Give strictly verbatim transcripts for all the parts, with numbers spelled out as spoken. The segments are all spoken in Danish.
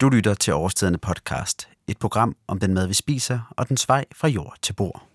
Du lytter til Årstiderne podcast, et program om den mad, vi spiser, og dens vej fra jord til bord.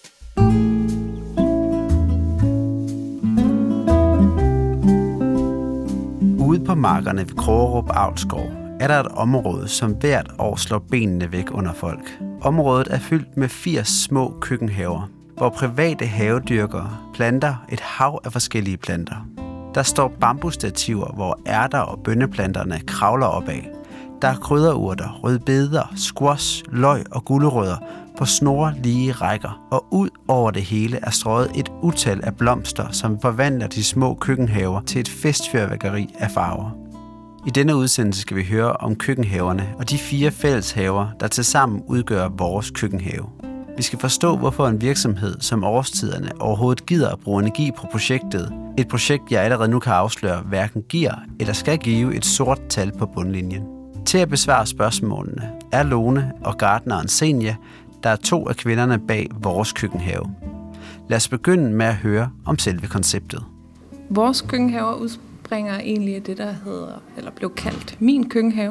Ude på markerne ved Krogerup Avlsgård er der et område, som hvert år slår benene væk under folk. Området er fyldt med firs små køkkenhaver, hvor private havedyrkere planter et hav af forskellige planter. Der står bambusstativer, hvor ærter og bønneplanterne kravler opad. Der er krydderurter, rødbeder, squash, løg og gulerødder på snorlige rækker, og ud over det hele er strøget et utal af blomster, som forvandler de små køkkenhaver til et festfyrværkeri af farver. I denne udsendelse skal vi høre om køkkenhaverne og de fire fælleshaver, der tilsammen udgør vores køkkenhave. Vi skal forstå, hvorfor en virksomhed som Årstiderne overhovedet gider at bruge energi på projektet. Et projekt, jeg allerede nu kan afsløre, hverken giver eller skal give et sort tal på bundlinjen. Til at besvare spørgsmålene er Lone og gartneren Senja, der er to af kvinderne bag vores køkkenhave. Lad os begynde med at høre om selve konceptet. Vores køkkenhaver udspringer egentlig af det, der hedder, eller blev kaldt min køkkenhave.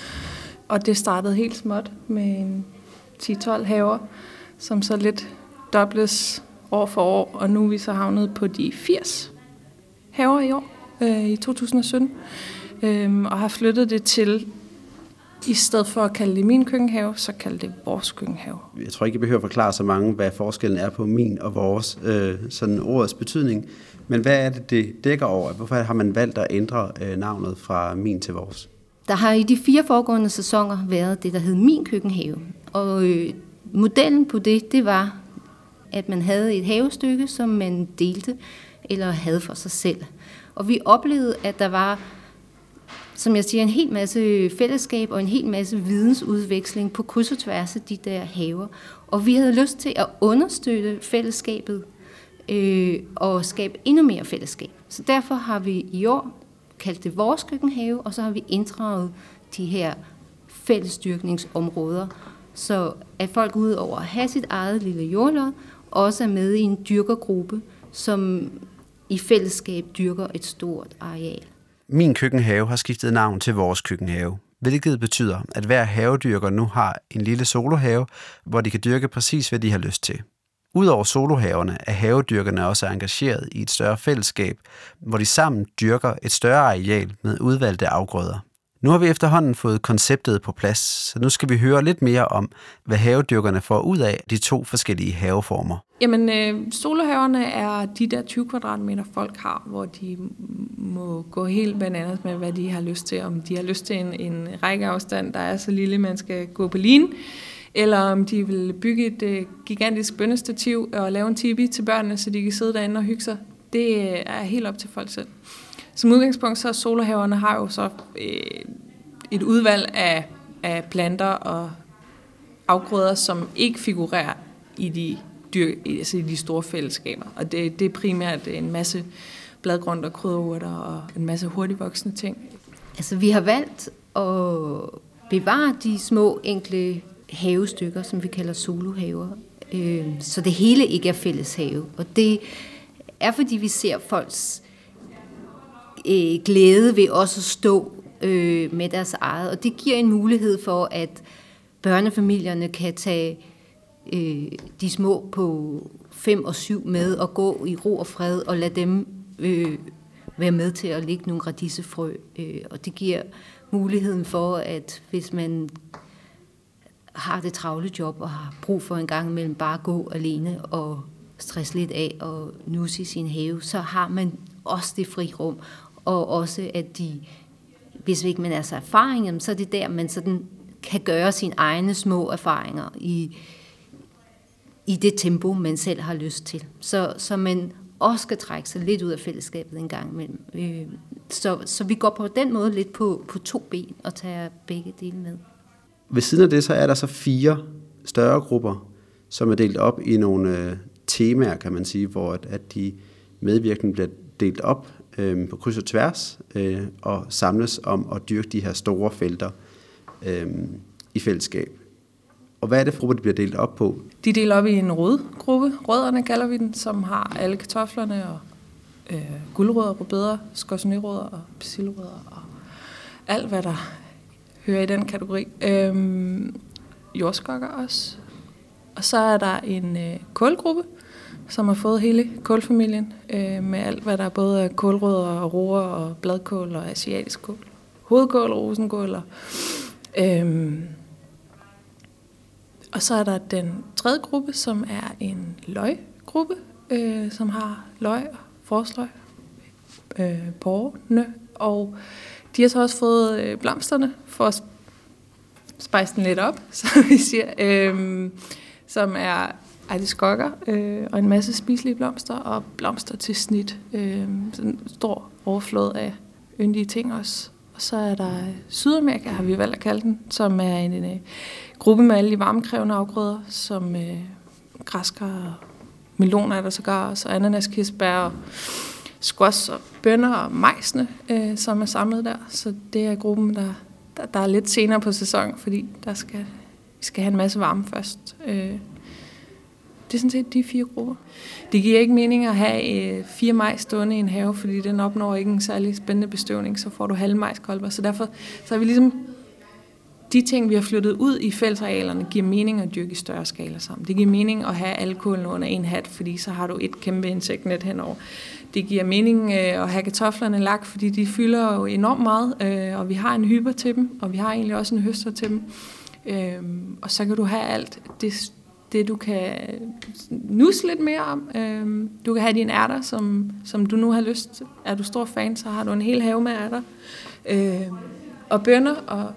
Og det startede helt småt med en ti tolv haver, som så lidt dobles år for år, og nu er vi så havnet på de firs haver i år, øh, i to tusind og sytten, øh, og har flyttet det til, i stedet for at kalde det min køkkenhave, så kalde det vores køkkenhave. Jeg tror ikke, jeg behøver at forklare så mange, hvad forskellen er på min og vores, øh, sådan ordets betydning, men hvad er det, det dækker over? Hvorfor har man valgt at ændre øh, navnet fra min til vores? Der har i de fire foregående sæsoner været det, der hed min køkkenhave, og øh, modellen på det, det var, at man havde et havestykke, som man delte eller havde for sig selv. Og vi oplevede, at der var, som jeg siger, en hel masse fællesskab og en hel masse vidensudveksling på kryds og tværs af de der haver. Og vi havde lyst til at understøtte fællesskabet øh, og skabe endnu mere fællesskab. Så derfor har vi i år kaldt det vores køkkenhave, og så har vi inddraget de her fællesdyrkningsområder, så at folk udover at have sit eget lille jordlod, også er med i en dyrkergruppe, som i fællesskab dyrker et stort areal. Min køkkenhave har skiftet navn til vores køkkenhave, hvilket betyder, at hver havedyrker nu har en lille solohave, hvor de kan dyrke præcis, hvad de har lyst til. Udover solohaverne er havedyrkerne også engageret i et større fællesskab, hvor de sammen dyrker et større areal med udvalgte afgrøder. Nu har vi efterhånden fået konceptet på plads, så nu skal vi høre lidt mere om, hvad havedyrkerne får ud af de to forskellige haveformer. Jamen, øh, solohaverne er de der tyve kvadratmeter folk har, hvor de må gå helt bananas med, hvad de har lyst til. Om de har lyst til en, en rækkeafstand, der er så lille, man skal gå på lin, eller om de vil bygge et øh, gigantisk bønnestativ og lave en tipi til børnene, så de kan sidde derinde og hygge sig. Det er helt op til folk selv. Som udgangspunkt, så solohaverne har jo så øh, et udvalg af, af planter og afgrøder, som ikke figurerer i de, dyr, altså i de store fællesskaber. Og det, det er primært en masse bladgrønt og krydderurter og en masse hurtigvoksende ting. Altså, vi har valgt at bevare de små, enkle havestykker, som vi kalder solohaver, øh, så det hele ikke er fælleshave. Og det er, fordi vi ser folks øh, glæde ved også at stå øh, med deres eget. Og det giver en mulighed for, at børnefamilierne kan tage øh, de små på fem og syv med og gå i ro og fred og lade dem øh, være med til at lægge nogle radisefrø. Øh, og det giver muligheden for, at hvis man har det travle job og har brug for en gang imellem bare at gå alene og stresse lidt af og nusse i sin have, så har man også det frirum, og også at de, hvis ikke man er så erfaring, så er det der, man sådan kan gøre sine egne små erfaringer i, i det tempo, man selv har lyst til. Så, så man også skal trække sig lidt ud af fællesskabet en gang imellem. Øh, så, så vi går på den måde lidt på, på to ben og tager begge dele med. Ved siden af det, så er der så fire større grupper, som er delt op i nogle øh, temaer, kan man sige, hvor at, at de medvirkende bliver delt op øh, på kryds og tværs øh, og samles om at dyrke de her store felter øh, i fællesskab. Og hvad er det for grupper, de bliver delt op på? De deler op i en rødgruppe, rødderne kalder vi den, som har alle kartoflerne og øh, gulerødder, rødbeder, skorzonerødder og persillerødder og alt, hvad der hører i den kategori. Øhm, jordskokker også. Og så er der en øh, kålgruppe, som har fået hele kålfamilien, øh, med alt, hvad der er både af kålrødder og roer og bladkål og asiatisk kål. Hovedkål og rosenkål. Og, øhm, og så er der den tredje gruppe, som er en løggruppe, øh, som har løg og forsløg, øh, porrene, og de har så også fået øh, blomsterne for at spice den lidt op, som vi siger, øh, som er artiskokker øh, og en masse spiselige blomster og blomster til snit. Øh, sådan en stor overflod af yndige ting også. Og så er der Sydamerika, har vi valgt at kalde den, som er en, en, en gruppe med alle de varmekrævende afgrøder, som øh, græskar og meloner er der sågar også, og ananas, kirsebær og squash og bønner og majsene, øh, som er samlet der. Så det er gruppen, der, der, der er lidt senere på sæsonen, fordi der skal, vi skal have en masse varme først. Øh, det er sådan set de fire grupper. Det giver ikke mening at have øh, fire majs stående i en have, fordi den opnår ikke en særlig spændende bestøvning, så får du halve majskolber. Så derfor så er vi ligesom de ting, vi har flyttet ud i fællesarealerne, giver mening at dyrke i større skala sammen. Det giver mening at have alle kålene under en hat, fordi så har du et kæmpe insektnet henover. Det giver mening at have kartoflerne lagt, fordi de fylder jo enormt meget, og vi har en hyper til dem, og vi har egentlig også en høster til dem. Og så kan du have alt det, det du kan nusse lidt mere om. Du kan have dine ærter, som, som du nu har lyst til. Er du stor fan, så har du en hel have med ærter. Og bønner og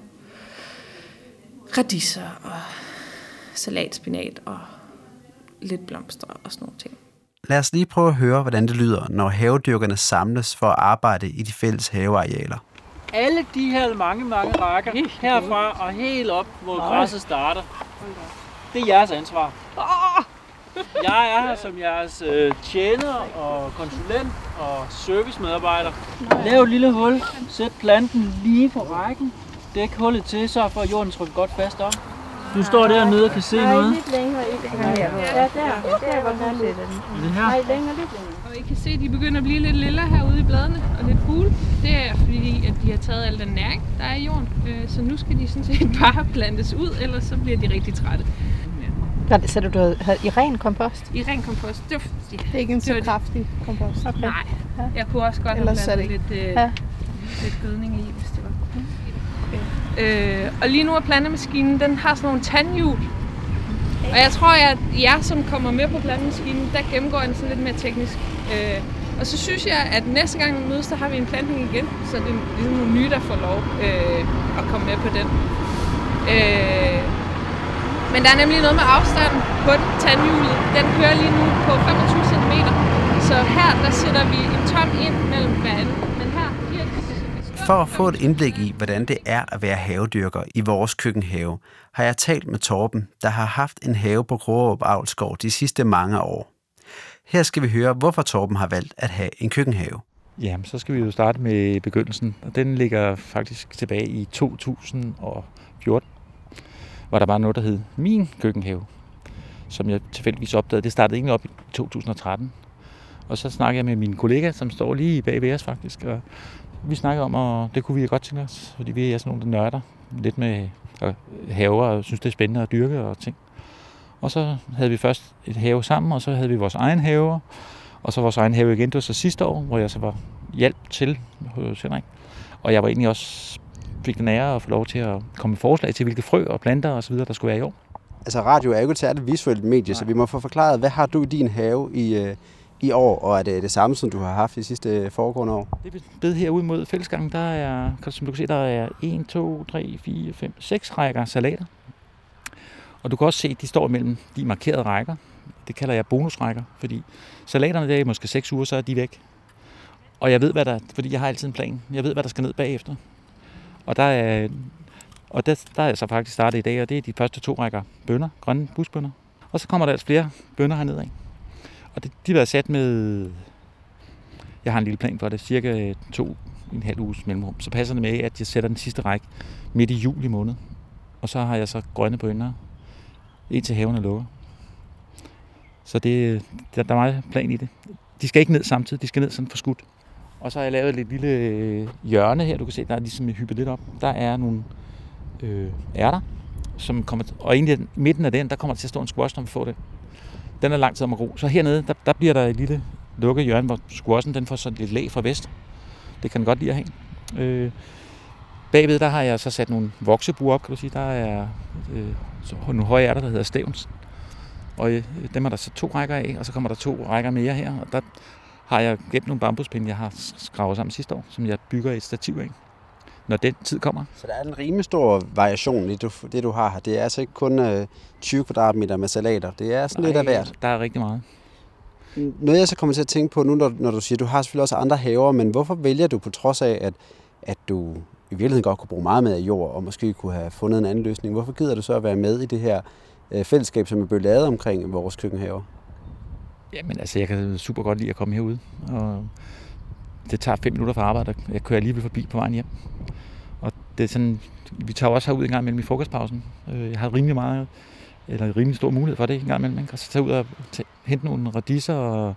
radiser og salatspinat og lidt blomster og sådan nogle ting. Lad os lige prøve at høre, hvordan det lyder, når havedyrkerne samles for at arbejde i de fælles havearealer. Alle de her mange, mange rækker herfra og helt op, hvor græsset starter, det er jeres ansvar. Jeg er her som jeres øh, tjener og konsulent og servicemedarbejder. Lav et lille hul, sæt planten lige på rækken, dæk hullet til, så for at jorden trykker godt fast om. Du står dernede og kan se noget. Nej, lidt længere i det her. Ja, der. Der var der lidt af den. Det her? Nej, længere, lidt længere. Og I kan se, at de begynder at blive lidt lilla herude i bladene og lidt gule. Det er fordi, at de har taget al den næring, der er i jorden. Så nu skal de sådan set bare plantes ud, ellers så bliver de rigtig trætte. Ja. Så du havde i ren kompost? I ren kompost. Det, var, ja. Det er ikke en så kraftig kompost? Okay. Nej, jeg kunne også godt ellers have plantet lidt, øh, ja. lidt gødning i, hvis det var. Øh, og lige nu er plantemaskinen, den har sådan nogle tandhjul. Og jeg tror, at jer, som kommer med på plantemaskinen, der gennemgår den sådan lidt mere teknisk. Øh, og så synes jeg, at næste gang vi mødes, så har vi en plantning igen. Så det er ligesom nogle nye, der får lov øh, at komme med på den. Øh, men der er nemlig noget med afstanden på den, tandhjulet. Den kører lige nu på femogtyve centimeter. Så her, der sætter vi en tom ind mellem hver anden. Men her, her For at få et indblik i, hvordan det er at være havedyrker i vores køkkenhave, har jeg talt med Torben, der har haft en have på Krogerup Avlsgård de sidste mange år. Her skal vi høre, hvorfor Torben har valgt at have en køkkenhave. Jamen, så skal vi jo starte med begyndelsen, og den ligger faktisk tilbage i to tusind og fjorten, hvor der var noget, der hed Min Køkkenhave, som jeg tilfældigvis opdagede. Det startede egentlig op i to tusind og tretten, og så snakkede jeg med min kollega, som står lige bag ved os faktisk, og vi snakkede om, og det kunne vi godt tænke os, fordi vi er sådan nogle, der nørder lidt med haver, og synes, det er spændende at dyrke og ting. Og så havde vi først et have sammen, og så havde vi vores egen have, og så vores egen have igen. Det var så sidste år, hvor jeg så var hjælp til hos Henrik. Og jeg var egentlig også, fik den ære at få lov til at komme med forslag til, hvilke frø og planter og så videre, der skulle være i år. Altså radio er jo ikke et særligt visuelt medie, Nej. Så vi må få forklaret, hvad har du i din have i, i år, og er det det samme, som du har haft de sidste foregående år? Det er blevet herude mod fællesgangen, der er, som du kan se, der er en, to, tre, fire, fem, seks rækker salater. Og du kan også se, at de står mellem de markerede rækker. Det kalder jeg bonusrækker, fordi salaterne der er måske seks uger, så er de væk. Og jeg ved, hvad der, fordi jeg har altid en plan. Jeg ved, hvad der skal ned bagefter. Og der er, og der, der er jeg så faktisk startet i dag, og det er de første to rækker bønner, grønne busbønner. Og så kommer der altså flere bønner herned af. Og det, de har været sat med, jeg har en lille plan for det, cirka to en halv uges mellemrum. Så passer det med, at jeg sætter den sidste række midt i juli måned. Og så har jeg så grønne bønner, indtil haven er lukket. Så det, der, der er meget plan i det. De skal ikke ned samtidig, de skal ned sådan forskudt. Og så har jeg lavet et lille hjørne her, du kan se, der er ligesom hyppet lidt op. Der er nogle øh, ærter, som kommer, og inde i midten af den, der kommer der til at stå en squash, når vi får den. Den er lang tid om at gro. Så hernede, der, der bliver der et lille lukket hjørne, hvor squashen den får sådan lidt læ fra vest. Det kan den godt lide at have. Øh, bagved, der har jeg så sat nogle voksebuer op, kan du sige. Der er øh, nogle høje ærter, der hedder stævns. Og øh, dem er der så to rækker af, og så kommer der to rækker mere her. Og der har jeg gemt nogle bambuspinde, jeg har skravet sammen sidste år, som jeg bygger et stativ af, når den tid kommer. Så der er en rimelig stor variation i det, du har her. Det er altså ikke kun øh, tyve kvadratmeter med salater. Det er sådan Nej, lidt af hvert. Der er rigtig meget. Noget jeg så kommer til at tænke på nu, når, når du siger, du har selvfølgelig også andre haver, men hvorfor vælger du på trods af, at, at du i virkeligheden godt kunne bruge meget mere jord, og måske kunne have fundet en anden løsning? Hvorfor gider du så at være med i det her øh, fællesskab, som er blevet lavet omkring vores køkkenhaver? Jamen altså, jeg kan super godt lide at komme herude, og det tager fem minutter fra arbejde, og jeg kører alligevel forbi på vejen hjem. Og det er sådan, vi tager også herud en gang imellem i frokostpausen. Jeg har rimelig meget, eller en rimelig stor mulighed for det en gang imellem. Ikke? Og så tage ud og tage, hente nogle radisser, og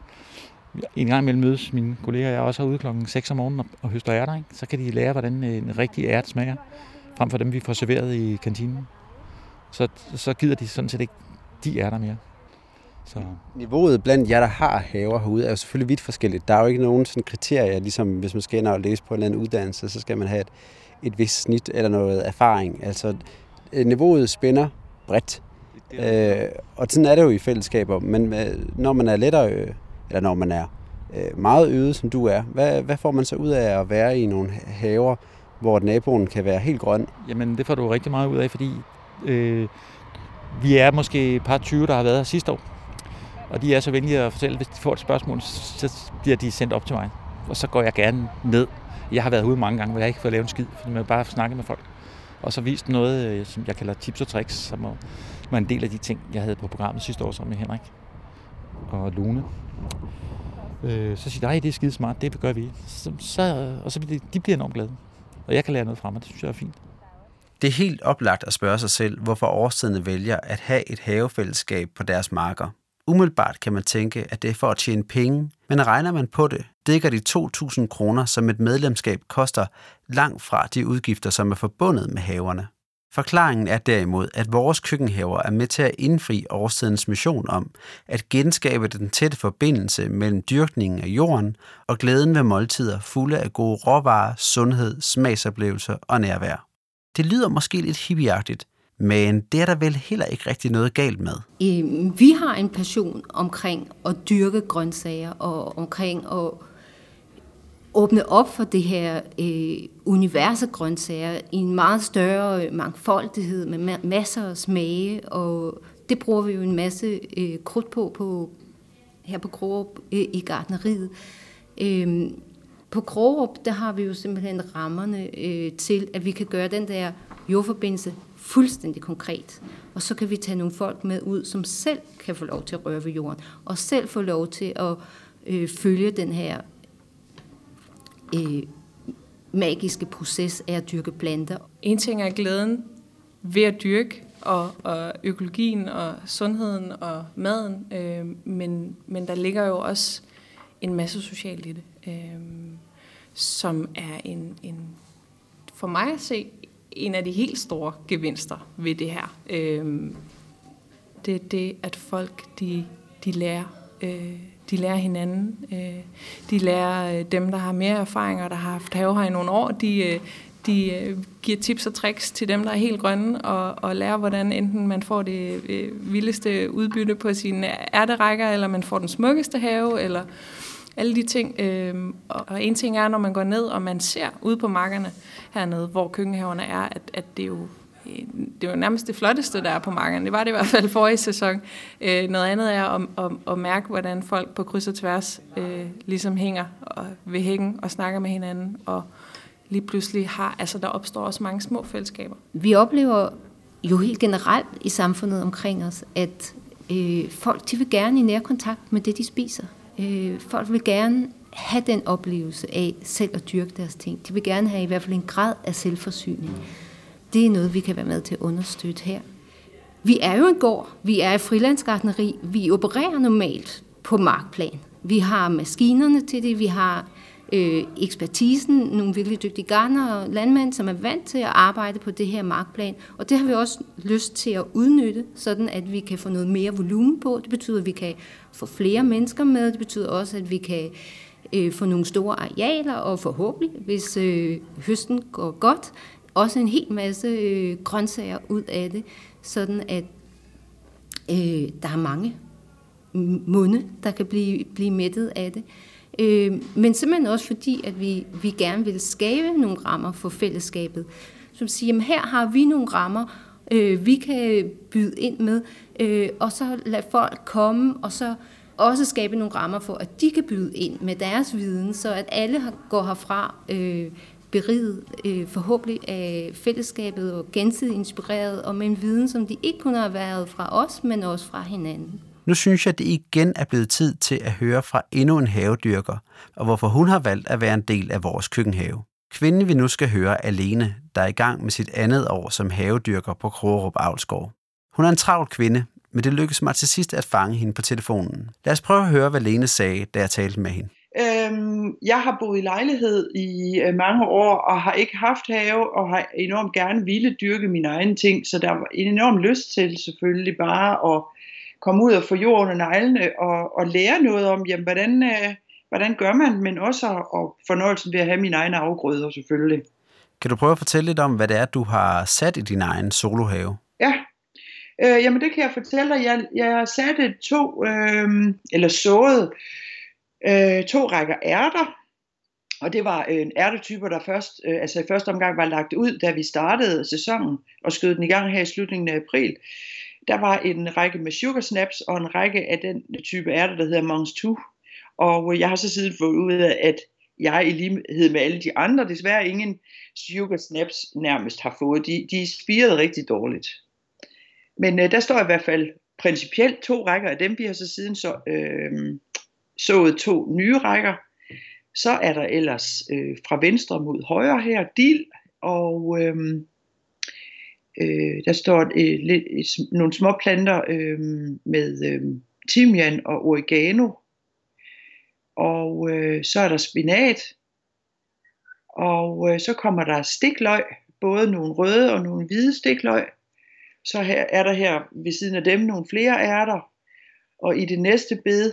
en gang imellem mødes mine kolleger, jeg er også herude klokken seks om morgenen og, og høster ærter. Ikke? Så kan de lære, hvordan en rigtig ært smager, frem for dem, vi får serveret i kantinen. Så, så gider de sådan set ikke de ærter mere. Så. Niveauet blandt jer, der har haver herude, er jo selvfølgelig vidt forskelligt. Der er jo ikke nogen sådan kriterier, ligesom hvis man skal ind og læse på en eller anden uddannelse, så skal man have et, et vist snit eller noget erfaring. Altså, niveauet spænder bredt. Øh, og sådan er det jo i fællesskaber. Men når man er lettere, øh, eller når man er øh, meget øget, som du er, hvad, hvad får man så ud af at være i nogle haver, hvor naboen kan være helt grøn? Jamen, det får du rigtig meget ud af, fordi øh, vi er måske et par tyve, der har været her sidste år. Og de er så venlige at fortælle, hvis de får et spørgsmål, så bliver de sendt op til mig. Og så går jeg gerne ned. Jeg har været ude mange gange, hvor jeg ikke får lavet en skid, fordi jeg bare snakke med folk. Og så vist noget, som jeg kalder tips og tricks, som var en del af de ting, jeg havde på programmet sidste år sammen med Henrik og Lone. Så siger de, nej, det er skide smart, det gør vi. Så, så, og så bliver de, de bliver enormt glade. Og jeg kan lære noget fra mig, det synes jeg er fint. Det er helt oplagt at spørge sig selv, hvorfor årstiderne vælger at have et havefællesskab på deres marker. Umiddelbart kan man tænke, at det er for at tjene penge, men regner man på det, dækker de to tusind kroner, som et medlemskab koster, langt fra de udgifter, som er forbundet med haverne. Forklaringen er derimod, at vores køkkenhaver er med til at indfri årstidens mission om at genskabe den tætte forbindelse mellem dyrkningen af jorden og glæden ved måltider fulde af gode råvarer, sundhed, smagsoplevelser og nærvær. Det lyder måske lidt hippieagtigt, men det er der vel heller ikke rigtig noget galt med. Vi har en passion omkring at dyrke grøntsager og omkring at åbne op for det her øh, univers af grøntsager i en meget større mangfoldighed med ma- masser af smage, og det bruger vi jo en masse øh, krudt på, på her på Krogerup øh, i gartneriet. Øh, på Krogerup, der har vi jo simpelthen rammerne øh, til, at vi kan gøre den der jordforbindelse fuldstændig konkret. Og så kan vi tage nogle folk med ud, som selv kan få lov til at røre ved jorden, og selv få lov til at øh, følge den her øh, magiske proces af at dyrke planter. En ting er glæden ved at dyrke, og, og økologien, og sundheden, og maden, øh, men, men der ligger jo også en masse socialt i det, øh, som er en, en, for mig at se, en af de helt store gevinster ved det her. Øh, det er det, at folk, de, de lærer, øh, de lærer hinanden. Øh, de lærer øh, dem, der har mere erfaringer, der har haft have her i nogle år, de, øh, de øh, giver tips og tricks til dem, der er helt grønne, og, og lærer, hvordan enten man får det øh, vildeste udbytte på sine ærterækker, eller man får den smukkeste have, eller alle de ting. Øh, og en ting er, når man går ned, og man ser ude på markerne hernede, hvor køkkenhaverne er, at, at det er jo det er jo nærmest det flotteste, der er på markerne. Det var det i hvert fald forrige sæson. Øh, noget andet er at, at, at mærke, hvordan folk på kryds og tværs øh, ligesom hænger ved hækken og snakker med hinanden, og lige pludselig har, altså der opstår også mange små fællesskaber. Vi oplever jo helt generelt i samfundet omkring os, at øh, folk de vil gerne i nærkontakt med det, de spiser. Øh, folk vil gerne have den oplevelse af selv at dyrke deres ting. De vil gerne have i hvert fald en grad af selvforsyning. Det er noget, vi kan være med til at understøtte her. Vi er jo en gård. Vi er et frilandsgartneri. Vi opererer normalt på markplan. Vi har maskinerne til det. Vi har øh, ekspertisen, nogle virkelig dygtige gartnere og landmænd, som er vant til at arbejde på det her markplan. Og det har vi også lyst til at udnytte, sådan at vi kan få noget mere volumen på. Det betyder, at vi kan få flere mennesker med. Det betyder også, at vi kan øh, få nogle store arealer, og forhåbentlig, hvis øh, høsten går godt, også en hel masse øh, grøntsager ud af det, sådan at øh, der er mange munde, der kan blive, blive mættet af det. Øh, men simpelthen også fordi, at vi, vi gerne vil skabe nogle rammer for fællesskabet. Som siger, jamen her har vi nogle rammer, øh, vi kan byde ind med, øh, og så lade folk komme, og så også skabe nogle rammer for, at de kan byde ind med deres viden, så at alle går herfra øh, beriget øh, forhåbentlig af fællesskabet og gensidigt inspireret, og med en viden, som de ikke kun har været fra os, men også fra hinanden. Nu synes jeg, at det igen er blevet tid til at høre fra endnu en havedyrker, og hvorfor hun har valgt at være en del af vores køkkenhave. Kvinden vi nu skal høre er Lene, der er i gang med sit andet år som havedyrker på Krogerup Avlsgård. Hun er en travl kvinde, men det lykkedes mig til sidst at fange hende på telefonen. Lad os prøve at høre, hvad Lene sagde, da jeg talte med hende. Øhm, jeg har boet i lejlighed i øh, mange år, og har ikke haft have, og har enormt gerne ville dyrke mine egne ting, så der var en enorm lyst til selvfølgelig bare at komme ud og få jord under neglene, og, og lære noget om, jamen, hvordan, øh, hvordan gør man, men også og fornøjelsen ved at have mine egne afgrøder selvfølgelig. Kan du prøve at fortælle lidt om, hvad det er, du har sat i din egen solohave? Ja, øh, jamen det kan jeg fortælle dig. Jeg, jeg satte to, øh, eller såede, øh, to rækker ærter, og det var øh, ærtetyper, der først, øh, altså i første omgang var lagt ud, da vi startede sæsonen, og skød den i gang her i slutningen af april. Der var en række med sugar snaps, og en række af den type ærter, der hedder Mons to. Og jeg har så siden fået ud af, at jeg i lighed med alle de andre, desværre ingen sugar snaps nærmest har fået. De, de spirede rigtig dårligt. Men øh, der står i hvert fald principielt to rækker af dem. Vi har så siden så, øh, sået to nye rækker. Så er der ellers øh, fra venstre mod højre her dild, og øh, øh, der står øh, lidt, nogle små planter øh, med øh, timian og oregano. Og øh, så er der spinat, og øh, så kommer der stikløg, både nogle røde og nogle hvide stikløg. Så her, er der her ved siden af dem nogle flere ærter, og i det næste bed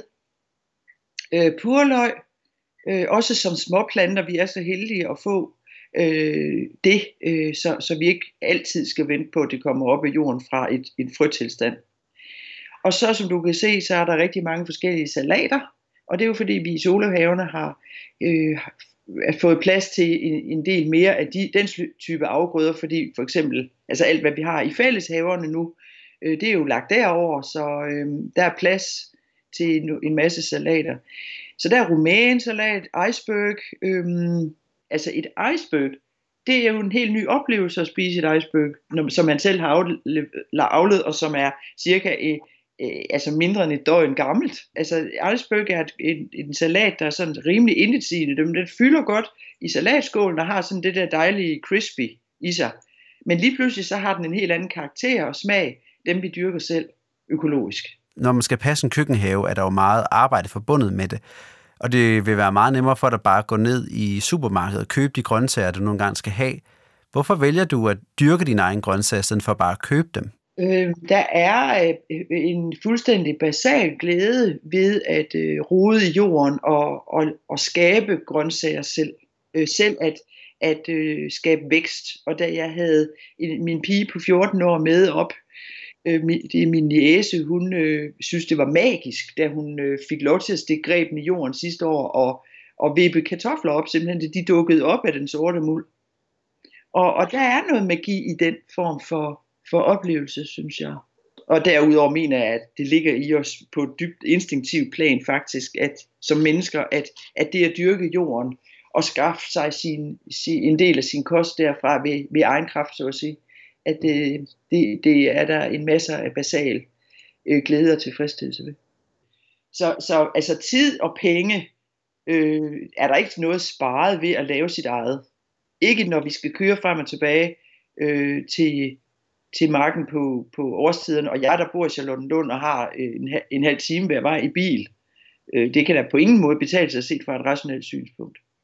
øh, purløg, øh, også som små planter. Vi er så heldige at få øh, det, øh, så, så vi ikke altid skal vente på, at det kommer op af jorden fra et, et frøtilstand. Og så som du kan se, så er der rigtig mange forskellige salater. Og det er jo fordi, vi i solohaverne har øh, fået plads til en, en del mere af de, den type afgrøder, fordi for eksempel, altså alt hvad vi har i fælleshaverne nu, øh, det er jo lagt derover, så øh, der er plads til en, en masse salater. Så der er rumænsalat, iceberg, øh, altså et iceberg, det er jo en helt ny oplevelse at spise et iceberg, som man selv har avlet, og som er cirka et altså mindre end et døgn gammelt. Altså iceberg er en, en salat, der er sådan rimelig intetsigende. Den, den fylder godt i salatskålen og har sådan det der dejlige crispy i sig. Men lige pludselig så har den en helt anden karakter og smag, dem vi dyrker selv økologisk. Når man skal passe en køkkenhave, er der jo meget arbejde forbundet med det. Og det vil være meget nemmere for dig bare at gå ned i supermarkedet og købe de grøntsager, du nogle gange skal have. Hvorfor vælger du at dyrke dine egne grøntsager, i stedet for bare at købe dem? Øh, der er øh, en fuldstændig basal glæde ved at øh, rode i jorden og, og, og skabe grøntsager selv. Øh, selv at, at øh, skabe vækst. Og da jeg havde en, min pige på fjorten år med op, øh, det er min niece, hun øh, synes det var magisk, da hun øh, fik lov til at stikke greben i jorden sidste år og, og vippe kartofler op, simpelthen de dukkede op af den sorte muld. Og, og der er noget magi i den form for for oplevelse, synes jeg. Og derudover mener jeg, at det ligger i os på et dybt instinktivt plan faktisk, at som mennesker, at, at det at dyrke jorden og skaffe sig sin, sin, en del af sin kost derfra ved, ved egen kraft, så at sige, at det, det, det er der en masse af basal øh, glæde og tilfredsstillelse ved. Så, så altså tid og penge øh, er der ikke noget sparet ved at lave sit eget. Ikke når vi skal køre frem og tilbage øh, til til marken på, på årstiderne, og jeg der bor i Charlottenlund og har en, en halv time hver vej i bil. Det kan da på ingen måde betale sig set fra et rationelt synspunkt.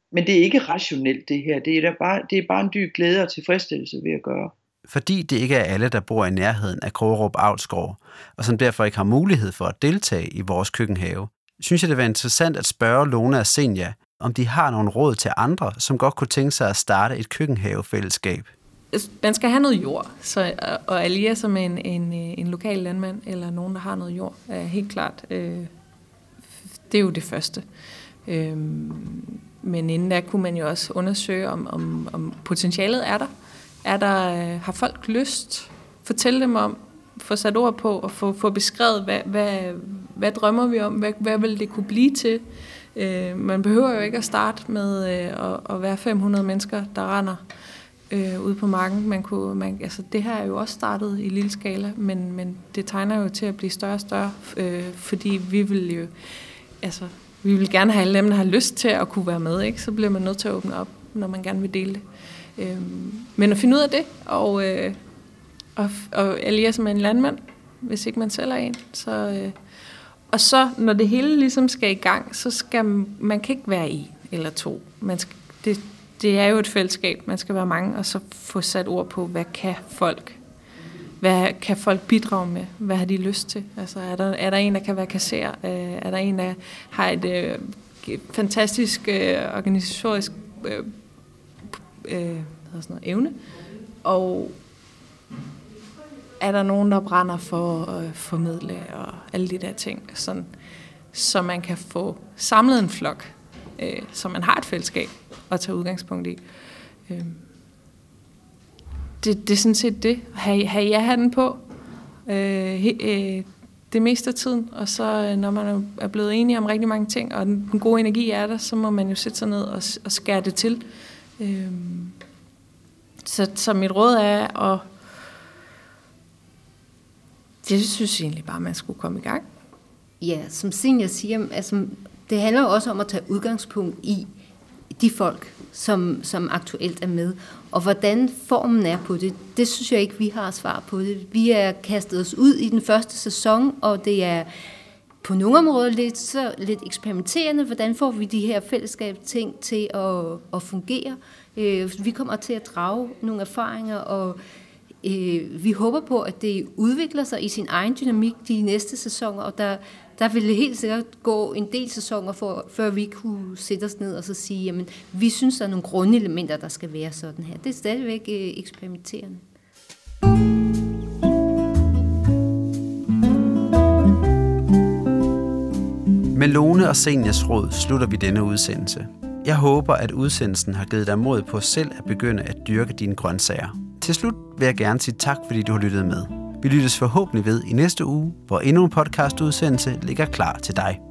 Men det er ikke rationelt det her. Det er, da bare, det er bare en dyb glæde og tilfredsstillelse ved at gøre. Fordi det ikke er alle, der bor i nærheden af Krogerup Avlsgård, og som derfor ikke har mulighed for at deltage i vores køkkenhave, synes jeg, det var interessant at spørge Lone og Senja, om de har nogle råd til andre, som godt kunne tænke sig at starte et køkkenhavefællesskab. Man skal have noget jord, så, og alliere sig med en, en, en lokal landmand, eller nogen, der har noget jord, er helt klart, øh, det er jo det første. Øh, men inden da kunne man jo også undersøge, om, om, om potentialet er der. Er der, har folk lyst? Fortæl dem om, få sat ord på og få, få beskrevet, hvad, hvad, hvad drømmer vi om? Hvad, hvad vil det kunne blive til? Øh, man behøver jo ikke at starte med øh, at, at være fem hundrede mennesker, der render øh, ude på marken. Man kunne, man, altså, det her er jo også startet i lille skala, men, men det tegner jo til at blive større og større, øh, fordi vi vil jo, altså, vi vil gerne have alle dem, der har lyst til at kunne være med, ikke? Så bliver man nødt til at åbne op, når man gerne vil dele det. Øh, men at finde ud af det, og, øh, og, og alliere sig med en landmand, hvis ikke man selv er en, så... Øh, og så, når det hele ligesom skal i gang, så skal man, man kan ikke være en eller to. Man skal, det, det er jo et fællesskab, man skal være mange, og så få sat ord på, hvad kan folk, hvad kan folk bidrage med? Hvad har de lyst til? Altså, er der, er der en, der kan være kasserer? Er der en, der har et øh, fantastisk øh, organisatorisk øh, øh, hvad hedder sådan noget, evne? Og er der nogen, der brænder for at formidle og alle de der ting, sådan, så man kan få samlet en flok, øh, så man har et fællesskab at tage udgangspunkt i. Øh, det, det er sådan set det. Have, have jeg hatten på øh, he, øh, det meste af tiden, og så når man er blevet enige om rigtig mange ting, og den, den gode energi er der, så må man jo sætte sig ned og, og skære det til. Øh, så, så mit råd er at jeg synes egentlig bare, at man skulle komme i gang. Ja, som Senja siger, altså, det handler jo også om at tage udgangspunkt i de folk, som, som aktuelt er med. Og hvordan formen er på det, det synes jeg ikke, vi har svar på det. Vi er kastet os ud i den første sæson, og det er på nogle områder lidt, så lidt eksperimenterende. Hvordan får vi de her fællesskabsting til at, at fungere? Vi kommer til at drage nogle erfaringer, og Øh, vi håber på, at det udvikler sig i sin egen dynamik de næste sæsoner, og der, der vil det helt sikkert gå en del sæsoner, for, før vi kunne sætte os ned og så sige, jamen, vi synes, der er nogle grundelementer, der skal være sådan her. Det er stadigvæk øh, eksperimenterende. Med Lone og Senjas råd slutter vi denne udsendelse. Jeg håber, at udsendelsen har givet dig mod på selv at begynde at dyrke dine grøntsager. Til slut vil jeg gerne sige tak, fordi du har lyttet med. Vi lyttes forhåbentlig ved i næste uge, hvor endnu en podcastudsendelse ligger klar til dig.